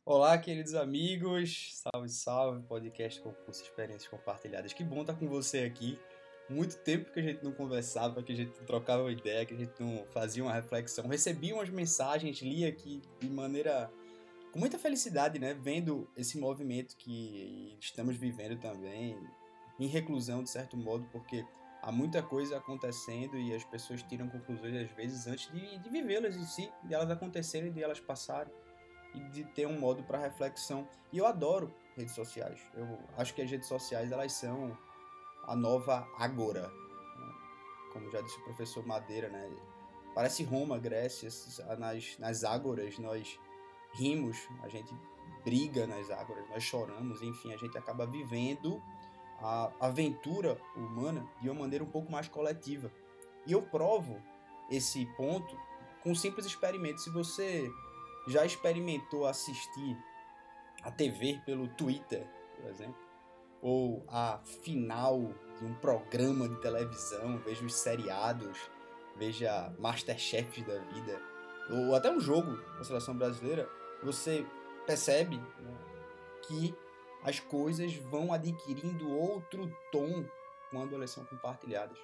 Olá, queridos amigos. Salve, salve, podcast Concurso Experiências Compartilhadas. Que bom estar com você aqui. Muito tempo que a gente não conversava, que a gente não trocava uma ideia, que a gente não fazia uma reflexão. Recebi umas mensagens, li aqui de maneira com muita felicidade, né? Vendo esse movimento que estamos vivendo também, em reclusão, de certo modo, porque há muita coisa acontecendo e as pessoas tiram conclusões, às vezes, antes de vivê-las em si, de elas acontecerem, de elas passarem e de ter um modo para reflexão. E eu adoro redes sociais. Eu acho que as redes sociais elas são a nova agora, né? Como já disse o professor Madeira, né? Parece Roma, Grécia, nas ágoras nós rimos, a gente briga nas ágoras, nós choramos, enfim, a gente acaba vivendo a aventura humana de uma maneira um pouco mais coletiva. E eu provo esse ponto com um simples experimento. Se você já experimentou assistir a TV pelo Twitter, por exemplo, ou a final de um programa de televisão, veja os seriados, veja Masterchef da vida, ou até um jogo da seleção brasileira, você percebe, né, que as coisas vão adquirindo outro tom quando elas são compartilhadas.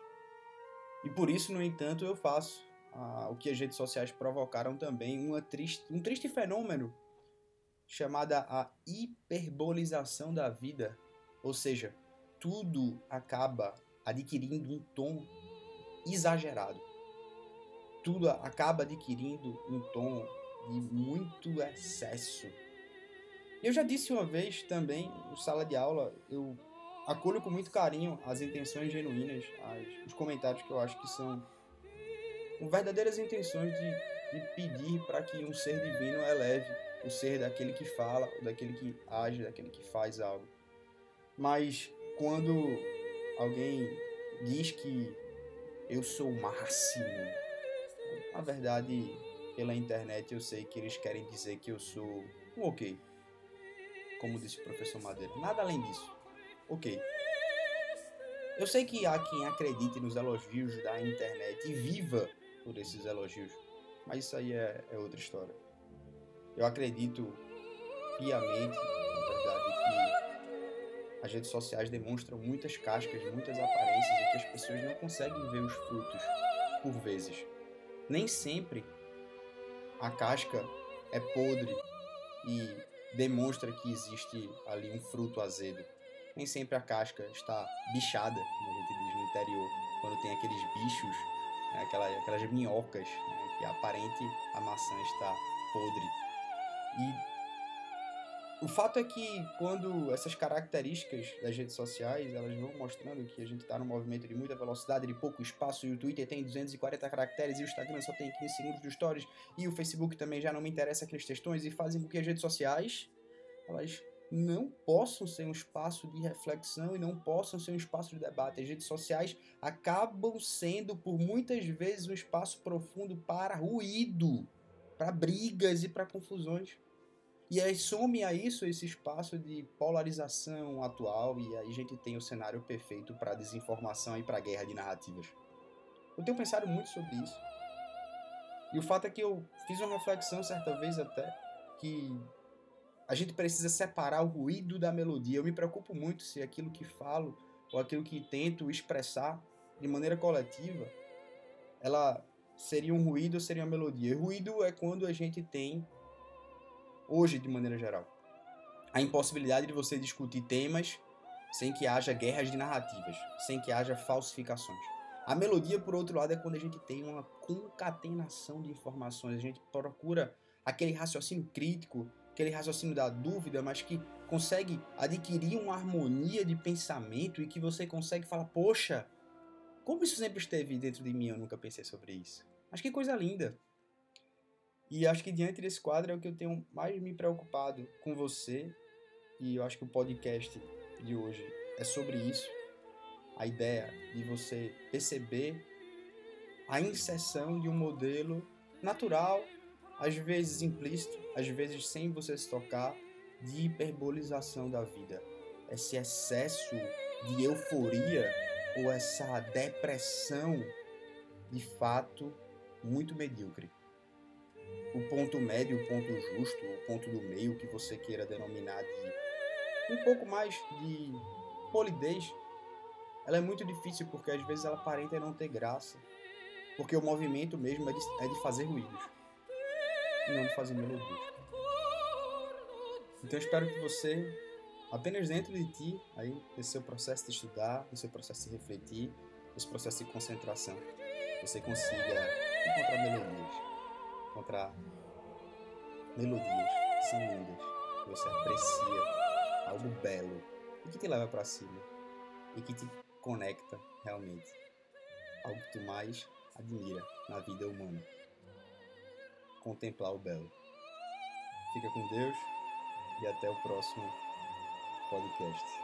E por isso, no entanto, eu faço o que as redes sociais provocaram também, um triste fenômeno chamada a hiperbolização da vida, ou seja, tudo acaba adquirindo um tom exagerado, tudo acaba adquirindo um tom de muito excesso. Eu já disse uma vez também, em sala de aula, eu acolho com muito carinho as intenções genuínas, os comentários que eu acho que são com verdadeiras intenções de pedir para que um ser divino eleve o ser daquele que fala, daquele que age, daquele que faz algo. Mas quando alguém diz que eu sou o máximo, na verdade, pela internet eu sei que eles querem dizer que eu sou um ok, como disse o professor Madeira. Nada além disso. Ok. Eu sei que há quem acredite nos elogios da internet e viva por esses elogios, mas isso aí é outra história. Eu acredito piamente, na verdade, que as redes sociais demonstram muitas cascas, muitas aparências e que as pessoas não conseguem ver os frutos, por vezes. Nem sempre a casca é podre e demonstra que existe ali um fruto azedo. Nem sempre a casca está bichada, como a gente diz no interior, quando tem aqueles bichos, né, aquelas minhocas, né, que aparente a maçã está podre. E o fato é que quando essas características das redes sociais, elas vão mostrando que a gente está num movimento de muita velocidade, de pouco espaço, e o Twitter tem 240 caracteres, e o Instagram só tem 15 segundos de stories, e o Facebook também já não me interessa aqueles textões, e fazem com que as redes sociais, elas não possam ser um espaço de reflexão e não possam ser um espaço de debate. As redes sociais acabam sendo, por muitas vezes, um espaço profundo para ruído, para brigas e para confusões. E aí some a isso esse espaço de polarização atual e aí a gente tem o cenário perfeito para desinformação e para guerra de narrativas. Eu tenho pensado muito sobre isso. E o fato é que eu fiz uma reflexão certa vez até que a gente precisa separar o ruído da melodia. Eu me preocupo muito se aquilo que falo ou aquilo que tento expressar de maneira coletiva, ela seria um ruído ou seria uma melodia. E ruído é quando a gente tem, hoje de maneira geral, a impossibilidade de você discutir temas sem que haja guerras de narrativas, sem que haja falsificações. A melodia, por outro lado, é quando a gente tem uma concatenação de informações, a gente procura aquele raciocínio crítico, aquele raciocínio da dúvida, mas que consegue adquirir uma harmonia de pensamento e que você consegue falar, poxa, como isso sempre esteve dentro de mim, eu nunca pensei sobre isso. Mas que coisa linda. E acho que diante desse quadro é o que eu tenho mais me preocupado com você, e eu acho que o podcast de hoje é sobre isso, a ideia de você perceber a inserção de um modelo natural, às vezes implícito, às vezes sem você se tocar, de hiperbolização da vida. Esse excesso de euforia ou essa depressão, de fato, muito medíocre. o ponto médio, o ponto justo, o ponto do meio, que você queira denominar de um pouco mais de polidez, ela é muito difícil porque às vezes ela aparenta não ter graça. Porque o movimento mesmo é de fazer ruídos, e não de fazer melodias. Então eu espero que você, apenas dentro de ti, aí, nesse seu processo de estudar, nesse seu processo de refletir, nesse processo de concentração, você consiga encontrar melodias que são lindas, que você aprecia, algo belo, e que te leva para cima, e que te conecta realmente, algo que tu mais admira na vida humana. Contemplar o belo. Fica com Deus e até o próximo podcast.